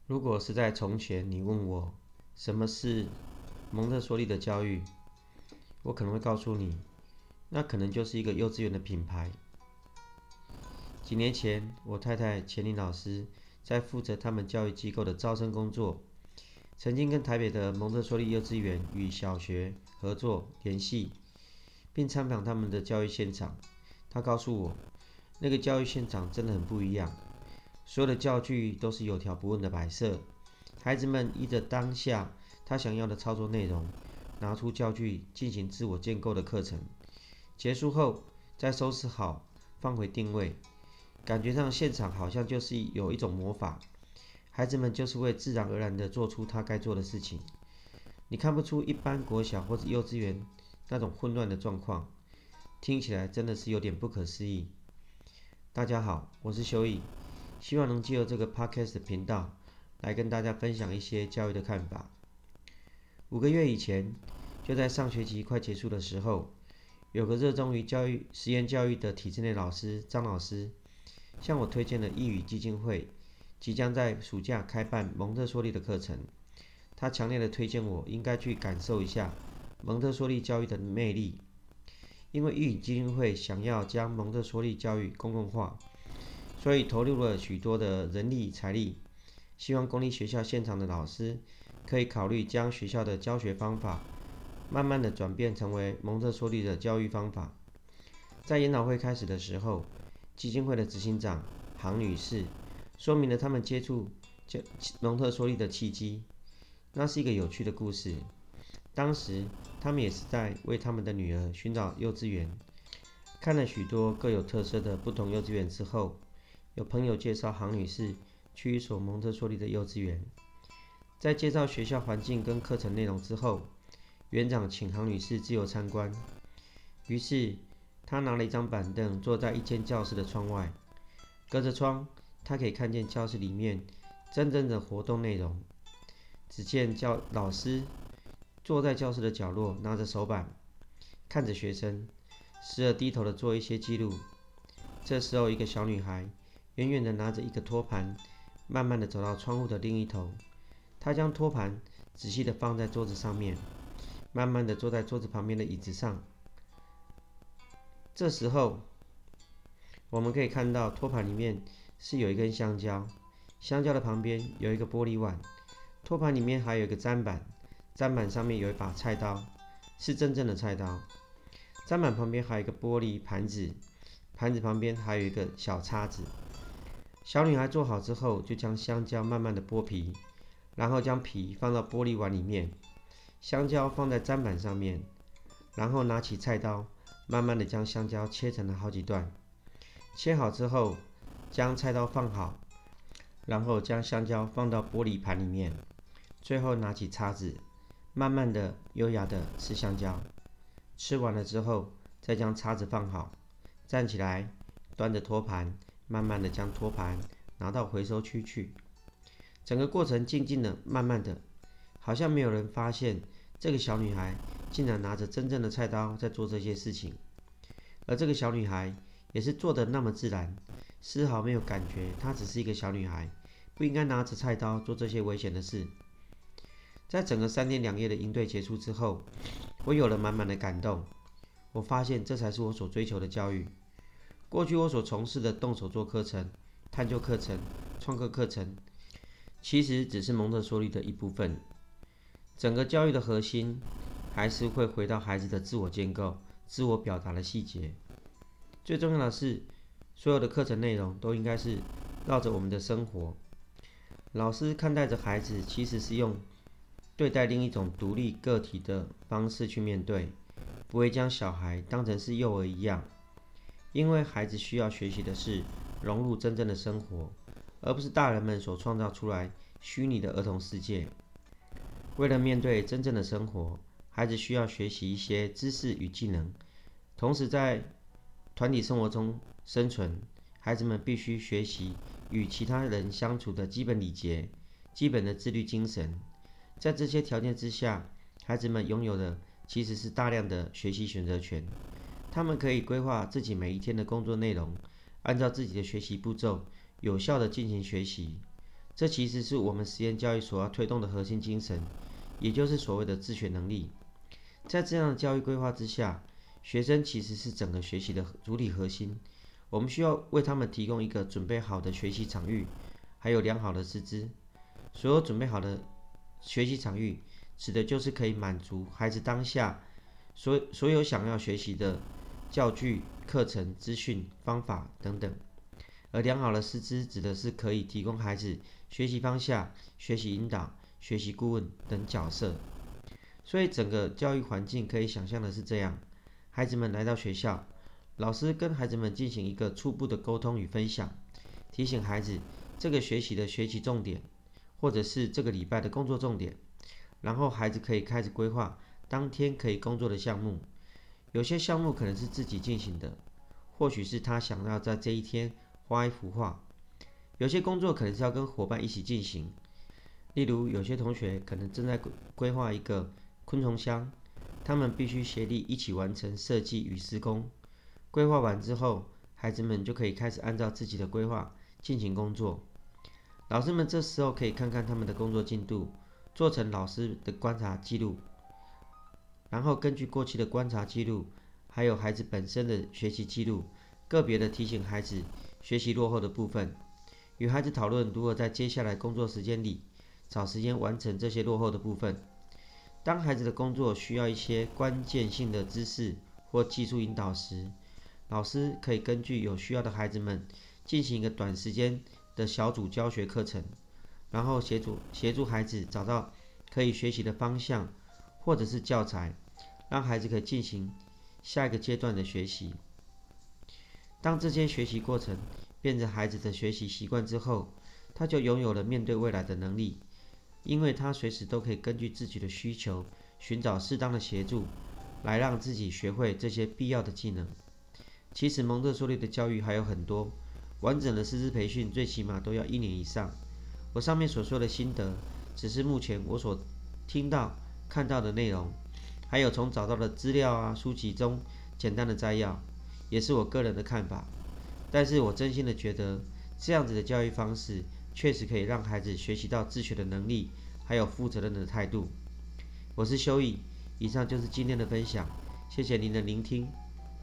如果是在从前，你问我什么是蒙特梭利的教育，我可能会告诉你，那可能就是一个幼稚园的品牌。几年前，我太太钱玲老师在负责他们教育机构的招生工作，曾经跟台北的蒙特梭利幼稚园与小学合作联系，并参访他们的教育现场。她告诉我，那个教育现场真的很不一样，所有的教具都是有条不紊的摆设，孩子们依着当下他想要的操作内容，拿出教具进行自我建构的课程。结束后再收拾好，放回定位。感觉上现场好像就是有一种魔法，孩子们就是会自然而然地做出他该做的事情。你看不出一般国小或者幼稚园那种混乱的状况，听起来真的是有点不可思议。大家好，我是修义，希望能借由这个 podcast 频道来跟大家分享一些教育的看法。5个月以前，就在上学期快结束的时候，有个热衷于实验教育的体制内老师张老师，向我推荐了一语基金会即将在暑假开办蒙特梭利的课程。他强烈的推荐我应该去感受一下蒙特梭利教育的魅力，因为一语基金会想要将蒙特梭利教育公共化，所以投入了许多的人力财力，希望公立学校现场的老师可以考虑将学校的教学方法慢慢的转变成为蒙特梭利的教育方法。在研讨会开始的时候，基金会的执行长杭女士说明了他们接触蒙特梭利的契机。那是一个有趣的故事。当时他们也是在为他们的女儿寻找幼稚园，看了许多各有特色的不同幼稚园之后，有朋友介绍杭女士去一所蒙特梭利的幼稚园。在介绍学校环境跟课程内容之后，园长请杭女士自由参观。于是他拿了一张板凳坐在一间教室的窗外，隔着窗他可以看见教室里面真正的活动内容。只见老师坐在教室的角落，拿着手板，看着学生，时而低头的做一些记录。这时候，一个小女孩远远的拿着一个托盘，慢慢的走到窗户的另一头。她将托盘仔细的放在桌子上面，慢慢的坐在桌子旁边的椅子上。这时候，我们可以看到托盘里面是有一根香蕉，香蕉的旁边有一个玻璃碗，托盘里面还有一个砧板，砧板上面有一把菜刀，是真正的菜刀。砧板旁边还有一个玻璃盘子，盘子旁边还有一个小叉子。小女孩做好之后，就将香蕉慢慢的剥皮，然后将皮放到玻璃碗里面，香蕉放在砧板上面，然后拿起菜刀，慢慢的将香蕉切成了好几段。切好之后，将菜刀放好，然后将香蕉放到玻璃盘里面，最后拿起叉子，慢慢的、优雅的吃香蕉。吃完了之后，再将叉子放好，站起来，端着托盘，慢慢的将托盘拿到回收区去。整个过程静静的、慢慢的，好像没有人发现这个小女孩竟然拿着真正的菜刀在做这些事情。而这个小女孩也是做得那么自然，丝毫没有感觉她只是一个小女孩，不应该拿着菜刀做这些危险的事。在整个3天2夜的营队结束之后，我有了满满的感动。我发现这才是我所追求的教育。过去我所从事的动手做课程、探究课程、创客课程，其实只是蒙特梭利的一部分。整个教育的核心还是会回到孩子的自我建构、自我表达的细节。最重要的是，所有的课程内容都应该是绕着我们的生活。老师看待着孩子，其实是用对待另一种独立个体的方式去面对，不会将小孩当成是幼儿一样。因为孩子需要学习的是融入真正的生活，而不是大人们所创造出来虚拟的儿童世界。为了面对真正的生活，孩子需要学习一些知识与技能，同时在团体生活中生存，孩子们必须学习与其他人相处的基本礼节、基本的自律精神。在这些条件之下，孩子们拥有的其实是大量的学习选择权。他们可以规划自己每一天的工作内容，按照自己的学习步骤，有效地进行学习。 这其实是我们实验教育所要推动的核心精神，也就是所谓的自学能力。在这样的教育规划之下，学生其实是整个学习的主体核心。我们需要为他们提供一个准备好的学习场域，还有良好的师资。所有准备好的学习场域，指的就是可以满足孩子当下所有想要学习的教具、课程、资讯、方法等等。而良好的师资指的是可以提供孩子学习方向、学习引导、学习顾问等角色。所以整个教育环境可以想象的是这样：孩子们来到学校，老师跟孩子们进行一个初步的沟通与分享，提醒孩子这个学期的学习重点，或者是这个礼拜的工作重点。然后孩子可以开始规划当天可以工作的项目。有些项目可能是自己进行的，或许是他想要在这一天画一幅画。有些工作可能是要跟伙伴一起进行，例如有些同学可能正在规划一个昆虫箱，他们必须协力一起完成设计与施工。规划完之后，孩子们就可以开始按照自己的规划进行工作。老师们这时候可以看看他们的工作进度，做成老师的观察记录，然后根据过去的观察记录，还有孩子本身的学习记录，个别的提醒孩子学习落后的部分，与孩子讨论如何在接下来工作时间里找时间完成这些落后的部分。当孩子的工作需要一些关键性的知识或技术引导时，老师可以根据有需要的孩子们进行一个短时间的小组教学课程，然后协助孩子找到可以学习的方向或者是教材，让孩子可以进行下一个阶段的学习。当这些学习过程变成孩子的学习习惯之后，他就拥有了面对未来的能力，因为他随时都可以根据自己的需求寻找适当的协助，来让自己学会这些必要的技能。其实蒙特梭利的教育还有很多，完整的师资培训最起码都要1年以上。我上面所说的心得，只是目前我所听到、看到的内容，还有从找到的资料书籍中简单的摘要，也是我个人的看法。但是我真心的觉得，这样子的教育方式确实可以让孩子学习到自学的能力，还有负责任的态度。我是修义，以上就是今天的分享，谢谢您的聆听。